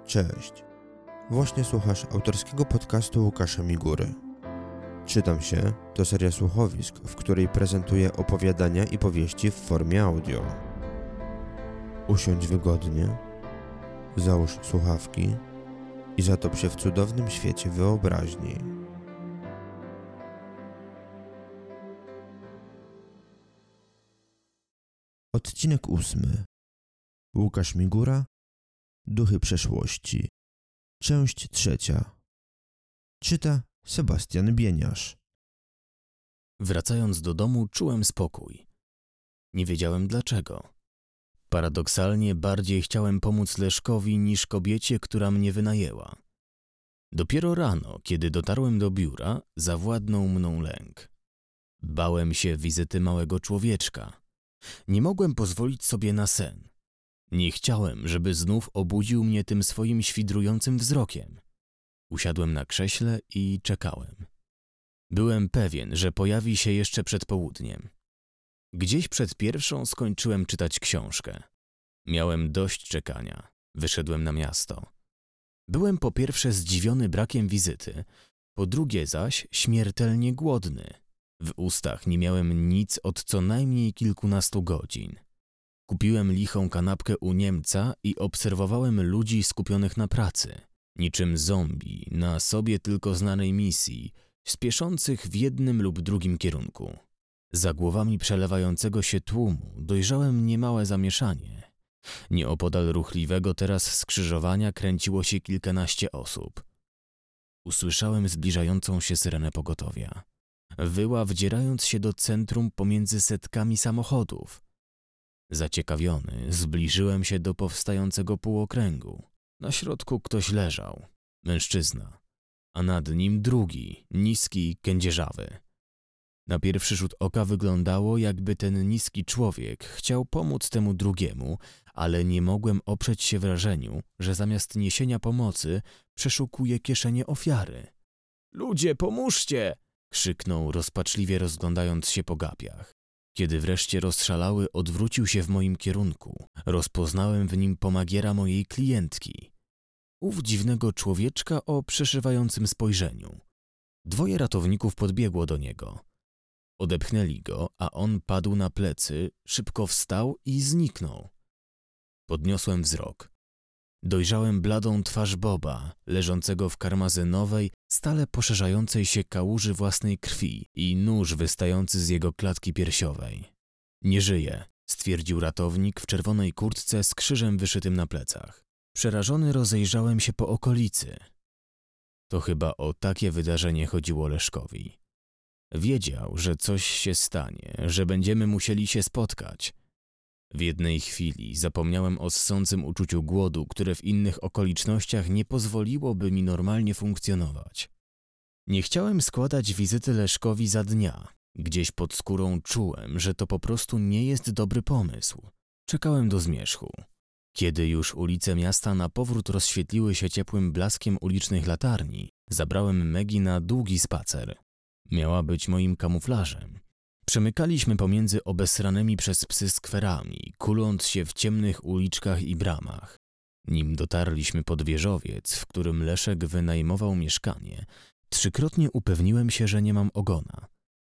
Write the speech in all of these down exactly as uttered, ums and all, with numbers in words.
Cześć. Właśnie słuchasz autorskiego podcastu Łukasza Migury. Czytam się to seria słuchowisk, w której prezentuję opowiadania i powieści w formie audio. Usiądź wygodnie, załóż słuchawki i zatop się w cudownym świecie wyobraźni. Odcinek ósmy. Łukasz Migura. Duchy przeszłości. Część trzecia. Czyta Sebastian Bieniasz. Wracając do domu, czułem spokój. Nie wiedziałem dlaczego. Paradoksalnie bardziej chciałem pomóc Leszkowi niż kobiecie, która mnie wynajęła. Dopiero rano, kiedy dotarłem do biura, zawładnął mną lęk. Bałem się wizyty małego człowieczka. Nie mogłem pozwolić sobie na sen. Nie chciałem, żeby znów obudził mnie tym swoim świdrującym wzrokiem. Usiadłem na krześle i czekałem. Byłem pewien, że pojawi się jeszcze przed południem. Gdzieś przed pierwszą skończyłem czytać książkę. Miałem dość czekania. Wyszedłem na miasto. Byłem po pierwsze zdziwiony brakiem wizyty, po drugie zaś śmiertelnie głodny. W ustach nie miałem nic od co najmniej kilkunastu godzin. Kupiłem lichą kanapkę u Niemca i obserwowałem ludzi skupionych na pracy, niczym zombie na sobie tylko znanej misji, spieszących w jednym lub drugim kierunku. Za głowami przelewającego się tłumu dojrzałem niemałe zamieszanie. Nieopodal ruchliwego teraz skrzyżowania kręciło się kilkanaście osób. Usłyszałem zbliżającą się syrenę pogotowia. Wyła, wdzierając się do centrum pomiędzy setkami samochodów. Zaciekawiony, zbliżyłem się do powstającego półokręgu. Na środku ktoś leżał, mężczyzna, a nad nim drugi, niski, kędzierzawy. Na pierwszy rzut oka wyglądało, jakby ten niski człowiek chciał pomóc temu drugiemu, ale nie mogłem oprzeć się wrażeniu, że zamiast niesienia pomocy przeszukuje kieszenie ofiary. „Ludzie, pomóżcie!” krzyknął, rozpaczliwie rozglądając się po gapiach. Kiedy wreszcie rozszalały odwrócił się w moim kierunku, rozpoznałem w nim pomagiera mojej klientki. Ów dziwnego człowieczka o przeszywającym spojrzeniu. Dwoje ratowników podbiegło do niego. Odepchnęli go, a on padł na plecy, szybko wstał i zniknął. Podniosłem wzrok. Dojrzałem bladą twarz Boba, leżącego w karmazynowej, stale poszerzającej się kałuży własnej krwi i nóż wystający z jego klatki piersiowej. „Nie żyje”, stwierdził ratownik w czerwonej kurtce z krzyżem wyszytym na plecach. Przerażony rozejrzałem się po okolicy. To chyba o takie wydarzenie chodziło Leszkowi. Wiedział, że coś się stanie, że będziemy musieli się spotkać. W jednej chwili zapomniałem o ssącym uczuciu głodu, które w innych okolicznościach nie pozwoliłoby mi normalnie funkcjonować. Nie chciałem składać wizyty Leszkowi za dnia. Gdzieś pod skórą czułem, że to po prostu nie jest dobry pomysł. Czekałem do zmierzchu. Kiedy już ulice miasta na powrót rozświetliły się ciepłym blaskiem ulicznych latarni, zabrałem Megi na długi spacer. Miała być moim kamuflażem. Przemykaliśmy pomiędzy obesranymi przez psy skwerami, kuląc się w ciemnych uliczkach i bramach. Nim dotarliśmy pod wieżowiec, w którym Leszek wynajmował mieszkanie, trzykrotnie upewniłem się, że nie mam ogona.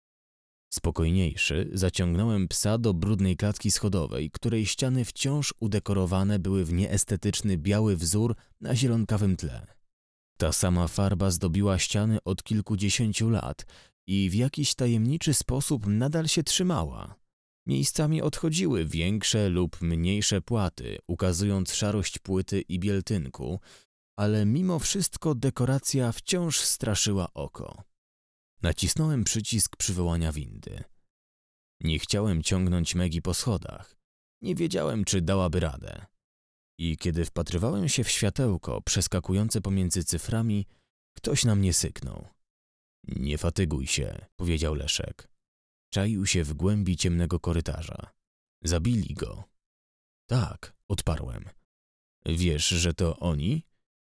Spokojniejszy, zaciągnąłem psa do brudnej klatki schodowej, której ściany wciąż udekorowane były w nieestetyczny biały wzór na zielonkawym tle. Ta sama farba zdobiła ściany od kilkudziesięciu lat i w jakiś tajemniczy sposób nadal się trzymała. Miejscami odchodziły większe lub mniejsze płaty, ukazując szarość płyty i bieltynku, ale mimo wszystko dekoracja wciąż straszyła oko. Nacisnąłem przycisk przywołania windy. Nie chciałem ciągnąć Megi po schodach. Nie wiedziałem, czy dałaby radę. I kiedy wpatrywałem się w światełko przeskakujące pomiędzy cyframi, ktoś na mnie syknął. „Nie fatyguj się”, powiedział Leszek. Czaił się w głębi ciemnego korytarza. „Zabili go”. „Tak”, odparłem. „Wiesz, że to oni?”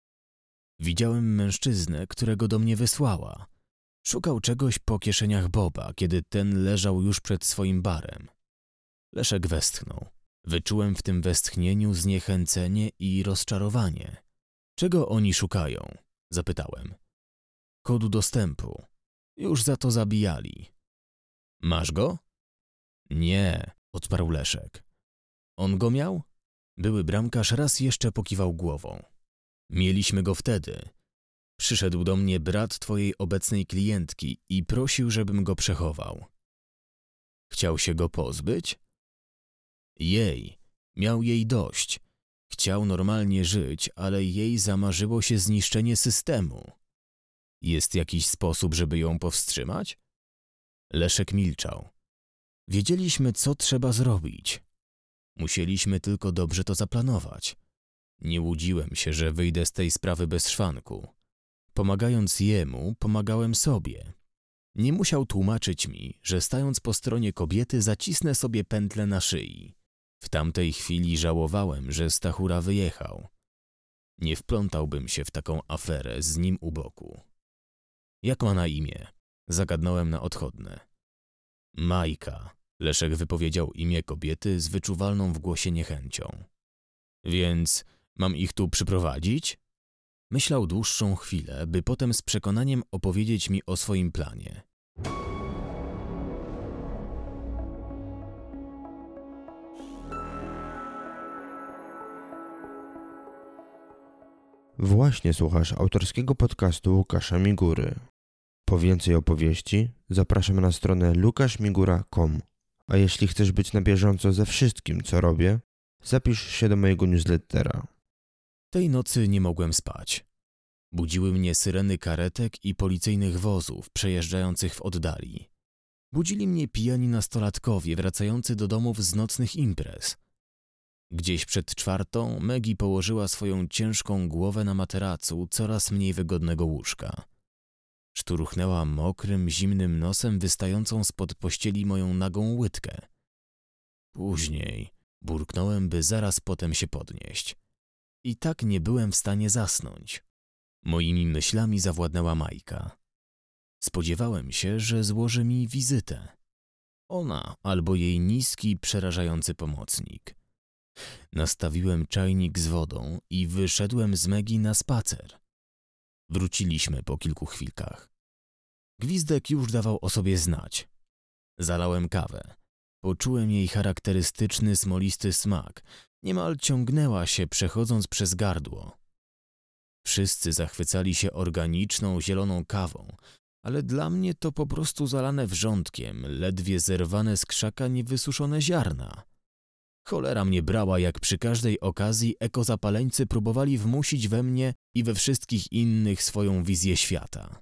Widziałem mężczyznę, którego do mnie wysłała. Szukał czegoś po kieszeniach Boba, kiedy ten leżał już przed swoim barem. Leszek westchnął. Wyczułem w tym westchnieniu zniechęcenie i rozczarowanie. Czego oni szukają? Zapytałem. Kodu dostępu. Już za to zabijali. Masz go? Nie, odparł Leszek. On go miał? Były bramkarz raz jeszcze pokiwał głową. Mieliśmy go wtedy. Przyszedł do mnie brat twojej obecnej klientki i prosił, żebym go przechował. Chciał się go pozbyć? Jej, miał jej dość. Chciał normalnie żyć, ale jej zamarzyło się zniszczenie systemu. Jest jakiś sposób, żeby ją powstrzymać? Leszek milczał. Wiedzieliśmy, co trzeba zrobić. Musieliśmy tylko dobrze to zaplanować. Nie łudziłem się, że wyjdę z tej sprawy bez szwanku. Pomagając jemu, pomagałem sobie. Nie musiał tłumaczyć mi, że stając po stronie kobiety zacisnę sobie pętlę na szyi. W tamtej chwili żałowałem, że Stachura wyjechał. Nie wplątałbym się w taką aferę z nim u boku. Jak ma na imię? Zagadnąłem na odchodne. Majka. Leszek wypowiedział imię kobiety z wyczuwalną w głosie niechęcią. Więc mam ich tu przyprowadzić? Myślał dłuższą chwilę, by potem z przekonaniem opowiedzieć mi o swoim planie. Właśnie słuchasz autorskiego podcastu Łukasza Migury. Po więcej opowieści zapraszam na stronę lukasz migura kropka com. A jeśli chcesz być na bieżąco ze wszystkim, co robię, zapisz się do mojego newslettera. Tej nocy nie mogłem spać. Budziły mnie syreny karetek i policyjnych wozów przejeżdżających w oddali. Budzili mnie pijani nastolatkowie wracający do domów z nocnych imprez. Gdzieś przed czwartą Megi położyła swoją ciężką głowę na materacu coraz mniej wygodnego łóżka. Szturchnęła mokrym, zimnym nosem wystającą spod pościeli moją nagą łydkę. Później burknąłem, by zaraz potem się podnieść. I tak nie byłem w stanie zasnąć. Moimi myślami zawładnęła Majka. Spodziewałem się, że złoży mi wizytę. Ona albo jej niski, przerażający pomocnik. Nastawiłem czajnik z wodą i wyszedłem z Megi na spacer. Wróciliśmy po kilku chwilkach. Gwizdek już dawał o sobie znać. Zalałem kawę. Poczułem jej charakterystyczny, smolisty smak. Niemal ciągnęła się, przechodząc przez gardło. Wszyscy zachwycali się organiczną, zieloną kawą, ale dla mnie to po prostu zalane wrzątkiem, ledwie zerwane z krzaka niewysuszone ziarna. Cholera mnie brała, jak przy każdej okazji ekozapaleńcy próbowali wmusić we mnie i we wszystkich innych swoją wizję świata.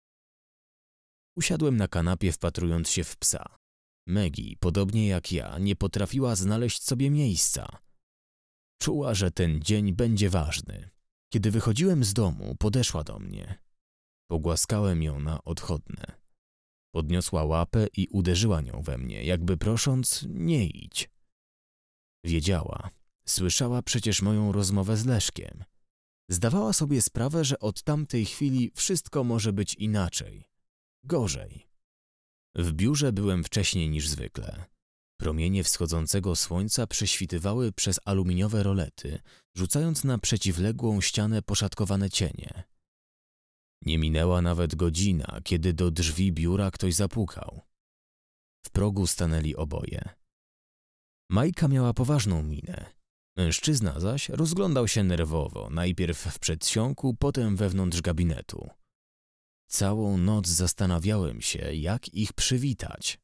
Usiadłem na kanapie, wpatrując się w psa. Megi, podobnie jak ja, nie potrafiła znaleźć sobie miejsca. Czuła, że ten dzień będzie ważny. Kiedy wychodziłem z domu, podeszła do mnie. Pogłaskałem ją na odchodne. Podniosła łapę i uderzyła nią we mnie, jakby prosząc, nie idź. Wiedziała, słyszała przecież moją rozmowę z Leszkiem. Zdawała sobie sprawę, że od tamtej chwili wszystko może być inaczej. Gorzej. W biurze byłem wcześniej niż zwykle. Promienie wschodzącego słońca prześwitywały przez aluminiowe rolety, rzucając na przeciwległą ścianę poszatkowane cienie. Nie minęła nawet godzina, kiedy do drzwi biura ktoś zapukał. W progu stanęli oboje. Majka miała poważną minę. Mężczyzna zaś rozglądał się nerwowo, najpierw w przedsionku, potem wewnątrz gabinetu. Całą noc zastanawiałem się, jak ich przywitać.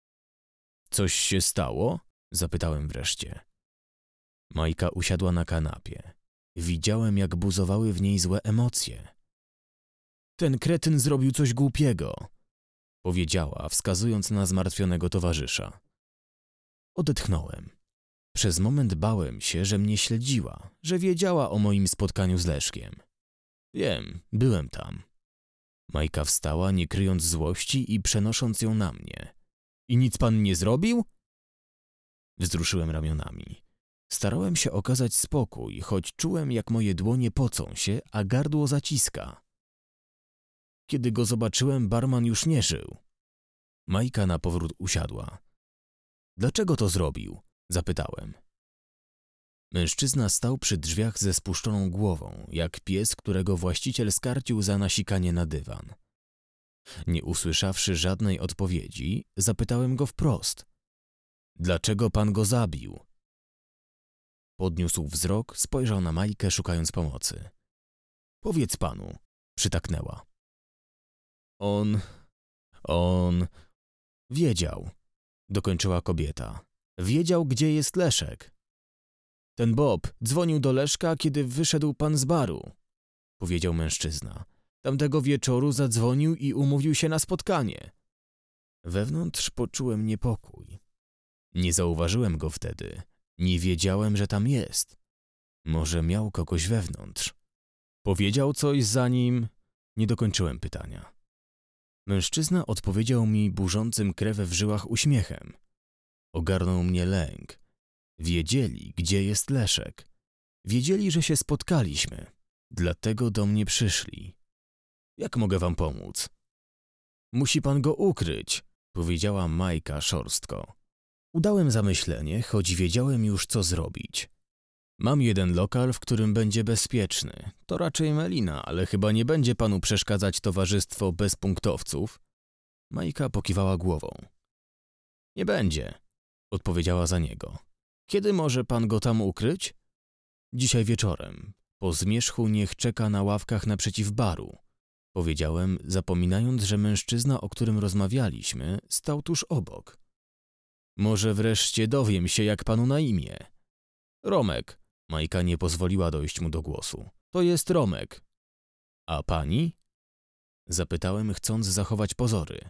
Coś się stało? Zapytałem wreszcie. Majka usiadła na kanapie. Widziałem, jak buzowały w niej złe emocje. Ten kretyn zrobił coś głupiego, powiedziała, wskazując na zmartwionego towarzysza. Odetchnąłem. Przez moment bałem się, że mnie śledziła, że wiedziała o moim spotkaniu z Leszkiem. Wiem, byłem tam. Majka wstała, nie kryjąc złości i przenosząc ją na mnie. I nic pan nie zrobił? Wzruszyłem ramionami. Starałem się okazać spokój, choć czułem, jak moje dłonie pocą się, a gardło zaciska. Kiedy go zobaczyłem, barman już nie żył. Majka na powrót usiadła. Dlaczego to zrobił? Zapytałem. Mężczyzna stał przy drzwiach ze spuszczoną głową, jak pies, którego właściciel skarcił za nasikanie na dywan. Nie usłyszawszy żadnej odpowiedzi, zapytałem go wprost. Dlaczego pan go zabił? Podniósł wzrok, spojrzał na Majkę, szukając pomocy. Powiedz panu, przytaknęła. On, on wiedział, dokończyła kobieta. Wiedział, gdzie jest Leszek. Ten Bob dzwonił do Leszka, kiedy wyszedł pan z baru, powiedział mężczyzna. Tamtego wieczoru zadzwonił i umówił się na spotkanie. Wewnątrz poczułem niepokój. Nie zauważyłem go wtedy. Nie wiedziałem, że tam jest. Może miał kogoś wewnątrz. Powiedział coś, zanim... Nie dokończyłem pytania. Mężczyzna odpowiedział mi burzącym krew w żyłach uśmiechem. Ogarnął mnie lęk. Wiedzieli, gdzie jest Leszek. Wiedzieli, że się spotkaliśmy. Dlatego do mnie przyszli. Jak mogę wam pomóc? Musi pan go ukryć, powiedziała Majka szorstko. Udałem zamyślenie, choć wiedziałem już, co zrobić. Mam jeden lokal, w którym będzie bezpieczny. To raczej melina, ale chyba nie będzie panu przeszkadzać towarzystwo bezpunktowców. Majka pokiwała głową. Nie będzie, odpowiedziała za niego. Kiedy może pan go tam ukryć? Dzisiaj wieczorem. Po zmierzchu niech czeka na ławkach naprzeciw baru. Powiedziałem, zapominając, że mężczyzna, o którym rozmawialiśmy, stał tuż obok. Może wreszcie dowiem się, jak panu na imię. Romek. Majka nie pozwoliła dojść mu do głosu. To jest Romek. A pani? Zapytałem, chcąc zachować pozory.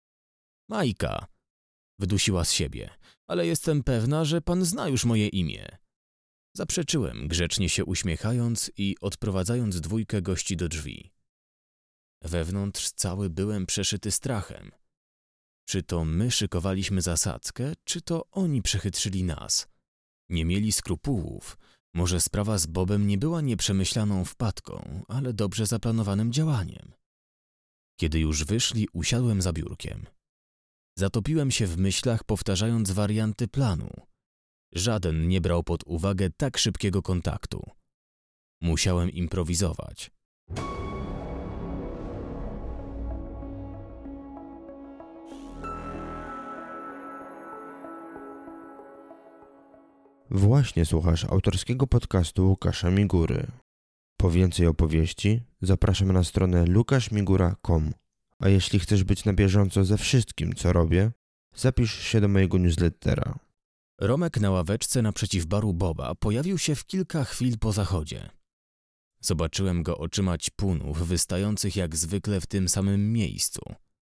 Majka. Wydusiła z siebie. Ale jestem pewna, że pan zna już moje imię. Zaprzeczyłem, grzecznie się uśmiechając i odprowadzając dwójkę gości do drzwi. Wewnątrz cały byłem przeszyty strachem. Czy to my szykowaliśmy zasadzkę, czy to oni przechytrzyli nas? Nie mieli skrupułów. Może sprawa z Bobem nie była nieprzemyślaną wpadką, ale dobrze zaplanowanym działaniem. Kiedy już wyszli, usiadłem za biurkiem. Zatopiłem się w myślach, powtarzając warianty planu. Żaden nie brał pod uwagę tak szybkiego kontaktu. Musiałem improwizować. Właśnie słuchasz autorskiego podcastu Łukasza Migury. Po więcej opowieści zapraszam na stronę lukasz migura kropka com. A jeśli chcesz być na bieżąco ze wszystkim, co robię, zapisz się do mojego newslettera. Romek na ławeczce naprzeciw baru Boba pojawił się w kilka chwil po zachodzie. Zobaczyłem go oczyma ćpunów wystających jak zwykle w tym samym miejscu.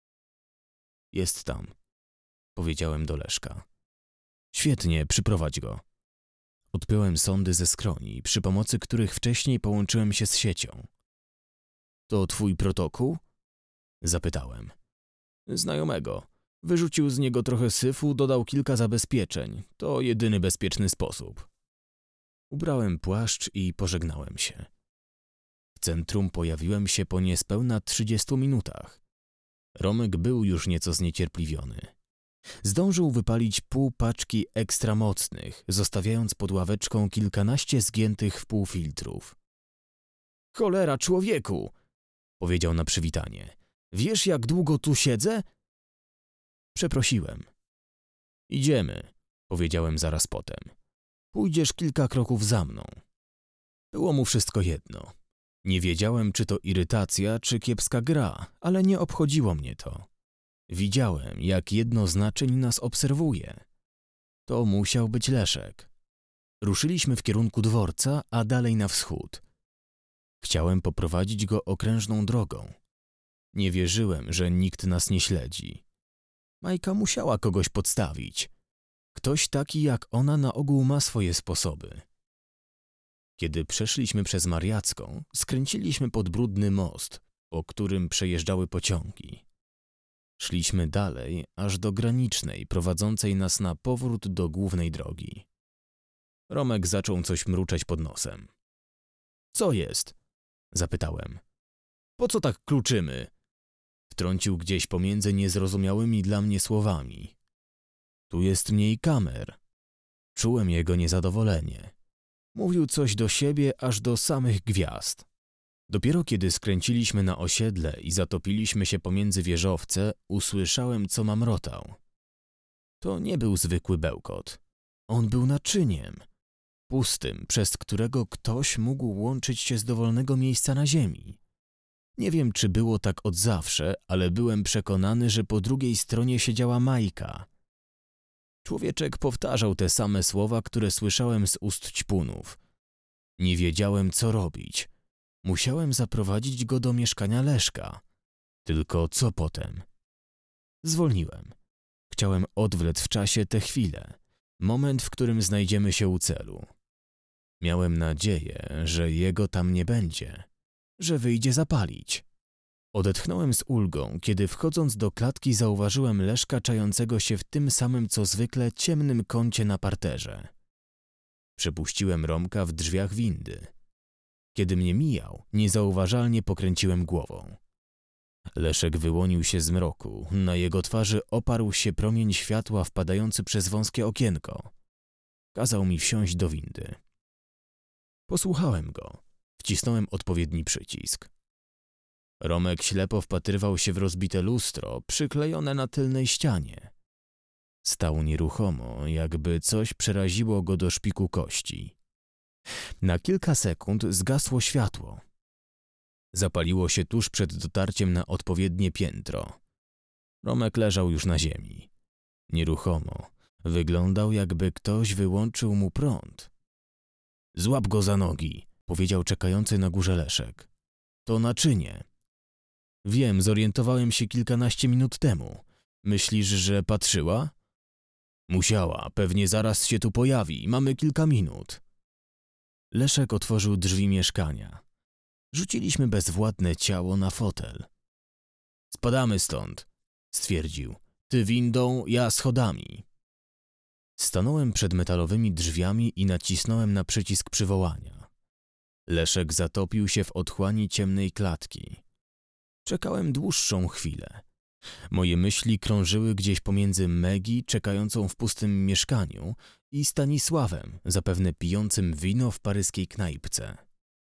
Jest tam, powiedziałem do Leszka. Świetnie, przyprowadź go. Odpiąłem sondy ze skroni, przy pomocy których wcześniej połączyłem się z siecią. To twój protokół? Zapytałem. Znajomego. Wyrzucił z niego trochę syfu, dodał kilka zabezpieczeń. To jedyny bezpieczny sposób. Ubrałem płaszcz i pożegnałem się. W centrum pojawiłem się po niespełna trzydziestu minutach. Romek był już nieco zniecierpliwiony. Zdążył wypalić pół paczki ekstra mocnych, zostawiając pod ławeczką kilkanaście zgiętych w pół filtrów. Cholera, człowieku! Powiedział na przywitanie. Wiesz, jak długo tu siedzę? Przeprosiłem. Idziemy, powiedziałem zaraz potem. Pójdziesz kilka kroków za mną. Było mu wszystko jedno. Nie wiedziałem, czy to irytacja, czy kiepska gra, ale nie obchodziło mnie to. Widziałem, jak jedno z naczyń nas obserwuje. To musiał być Leszek. Ruszyliśmy w kierunku dworca, a dalej na wschód. Chciałem poprowadzić go okrężną drogą. Nie wierzyłem, że nikt nas nie śledzi. Majka musiała kogoś podstawić. Ktoś taki jak ona na ogół ma swoje sposoby. Kiedy przeszliśmy przez Mariacką, skręciliśmy pod brudny most, po którym przejeżdżały pociągi. Szliśmy dalej, aż do granicznej, prowadzącej nas na powrót do głównej drogi. Romek zaczął coś mruczeć pod nosem. Co jest? Zapytałem. Po co tak kluczymy? Wtrącił gdzieś pomiędzy niezrozumiałymi dla mnie słowami. Tu jest mniej kamer. Czułem jego niezadowolenie. Mówił coś do siebie aż do samych gwiazd. Dopiero kiedy skręciliśmy na osiedle i zatopiliśmy się pomiędzy wieżowce, usłyszałem, co mamrotał. To nie był zwykły bełkot. On był naczyniem, pustym, przez którego ktoś mógł łączyć się z dowolnego miejsca na ziemi. Nie wiem, czy było tak od zawsze, ale byłem przekonany, że po drugiej stronie siedziała Majka. Człowieczek powtarzał te same słowa, które słyszałem z ust ćpunów. Nie wiedziałem, co robić. Musiałem zaprowadzić go do mieszkania Leszka. Tylko co potem? Zwolniłem. Chciałem odwlec w czasie tę chwilę, moment, w którym znajdziemy się u celu. Miałem nadzieję, że jego tam nie będzie, że wyjdzie zapalić. Odetchnąłem z ulgą, kiedy wchodząc do klatki zauważyłem Leszka czającego się w tym samym co zwykle ciemnym kącie na parterze. Przepuściłem Romka w drzwiach windy. Kiedy mnie mijał, niezauważalnie pokręciłem głową. Leszek wyłonił się z mroku, na jego twarzy oparł się promień światła wpadający przez wąskie okienko. Kazał mi wsiąść do windy. Posłuchałem go, wcisnąłem odpowiedni przycisk. Romek ślepo wpatrywał się w rozbite lustro przyklejone na tylnej ścianie. Stał nieruchomo, jakby coś przeraziło go do szpiku kości. Na kilka sekund zgasło światło. Zapaliło się tuż przed dotarciem na odpowiednie piętro. Romek leżał już na ziemi. Nieruchomo. Wyglądał, jakby ktoś wyłączył mu prąd. Złap go za nogi, powiedział czekający na górze Leszek. To naczynie. Wiem, zorientowałem się kilkanaście minut temu. Myślisz, że patrzyła? Musiała, pewnie zaraz się tu pojawi, mamy kilka minut. Leszek otworzył drzwi mieszkania. Rzuciliśmy bezwładne ciało na fotel. Spadamy stąd, stwierdził. Ty windą, ja schodami. Stanąłem przed metalowymi drzwiami i nacisnąłem na przycisk przywołania. Leszek zatopił się w otchłani ciemnej klatki. Czekałem dłuższą chwilę. Moje myśli krążyły gdzieś pomiędzy Megi, czekającą w pustym mieszkaniu, i Stanisławem, zapewne pijącym wino w paryskiej knajpce.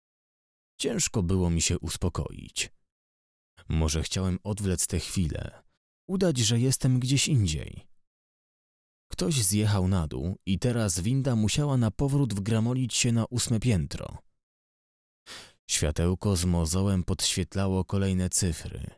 Ciężko było mi się uspokoić. Może chciałem odwlec tę chwilę, udać, że jestem gdzieś indziej. Ktoś zjechał na dół i teraz winda musiała na powrót wgramolić się na ósme piętro. Światełko z mozołem podświetlało kolejne cyfry.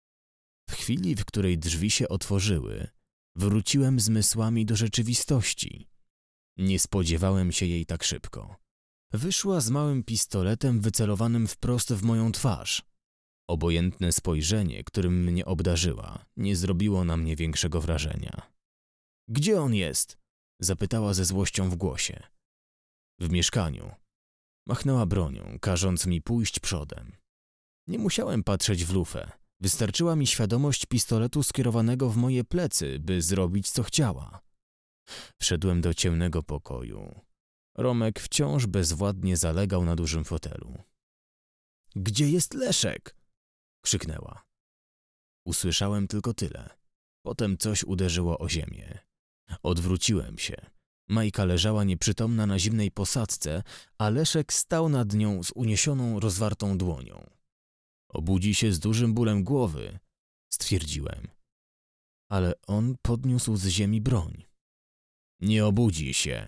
W chwili, w której drzwi się otworzyły, wróciłem zmysłami do rzeczywistości. Nie spodziewałem się jej tak szybko. Wyszła z małym pistoletem wycelowanym wprost w moją twarz. Obojętne spojrzenie, którym mnie obdarzyła, nie zrobiło na mnie większego wrażenia. – Gdzie on jest? – zapytała ze złością w głosie. – W mieszkaniu. Machnęła bronią, każąc mi pójść przodem. Nie musiałem patrzeć w lufę. Wystarczyła mi świadomość pistoletu skierowanego w moje plecy, by zrobić, co chciała. Wszedłem do ciemnego pokoju. Romek wciąż bezwładnie zalegał na dużym fotelu. – Gdzie jest Leszek? – krzyknęła. Usłyszałem tylko tyle. Potem coś uderzyło o ziemię. Odwróciłem się. Majka leżała nieprzytomna na zimnej posadzce, a Leszek stał nad nią z uniesioną, rozwartą dłonią. Obudzi się z dużym bólem głowy, stwierdziłem. Ale on podniósł z ziemi broń. Nie obudzi się.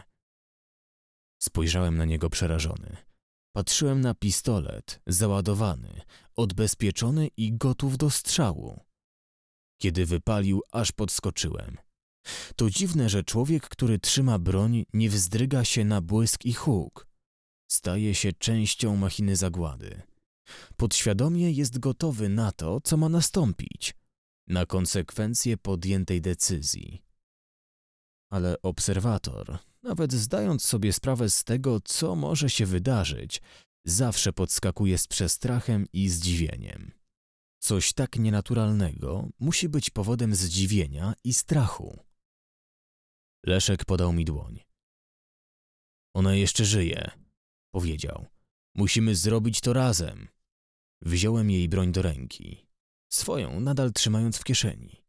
Spojrzałem na niego przerażony. Patrzyłem na pistolet, załadowany, odbezpieczony i gotów do strzału. Kiedy wypalił, aż podskoczyłem. To dziwne, że człowiek, który trzyma broń, nie wzdryga się na błysk i huk. Staje się częścią machiny zagłady. Podświadomie jest gotowy na to, co ma nastąpić, na konsekwencje podjętej decyzji. Ale obserwator, nawet zdając sobie sprawę z tego, co może się wydarzyć, zawsze podskakuje z przestrachem i zdziwieniem. Coś tak nienaturalnego musi być powodem zdziwienia i strachu. Leszek podał mi dłoń. Ona jeszcze żyje, powiedział. Musimy zrobić to razem. Wziąłem jej broń do ręki, swoją nadal trzymając w kieszeni.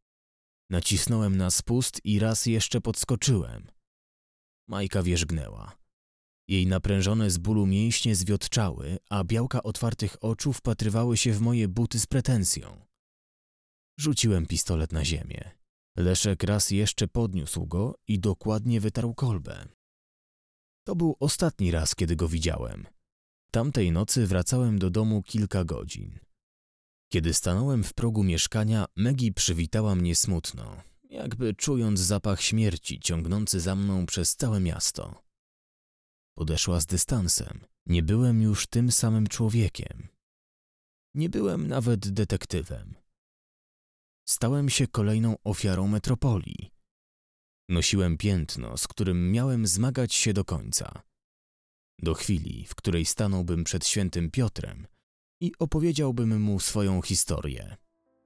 Nacisnąłem na spust i raz jeszcze podskoczyłem. Majka wierzgnęła. Jej naprężone z bólu mięśnie zwiotczały, a białka otwartych oczu wpatrywały się w moje buty z pretensją. Rzuciłem pistolet na ziemię. Leszek raz jeszcze podniósł go i dokładnie wytarł kolbę. To był ostatni raz, kiedy go widziałem. Tamtej nocy wracałem do domu kilka godzin. Kiedy stanąłem w progu mieszkania, Maggie przywitała mnie smutno, jakby czując zapach śmierci ciągnący za mną przez całe miasto. Podeszła z dystansem. Nie byłem już tym samym człowiekiem. Nie byłem nawet detektywem. Stałem się kolejną ofiarą metropolii. Nosiłem piętno, z którym miałem zmagać się do końca. Do chwili, w której stanąłbym przed świętym Piotrem i opowiedziałbym mu swoją historię.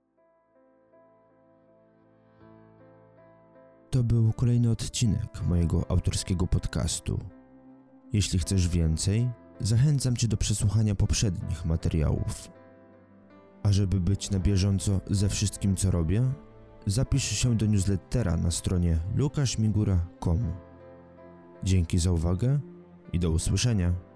To był kolejny odcinek mojego autorskiego podcastu. Jeśli chcesz więcej, zachęcam Cię do przesłuchania poprzednich materiałów. A żeby być na bieżąco ze wszystkim, co robię, zapisz się do newslettera na stronie lukasz migura kropka com. Dzięki za uwagę i do usłyszenia.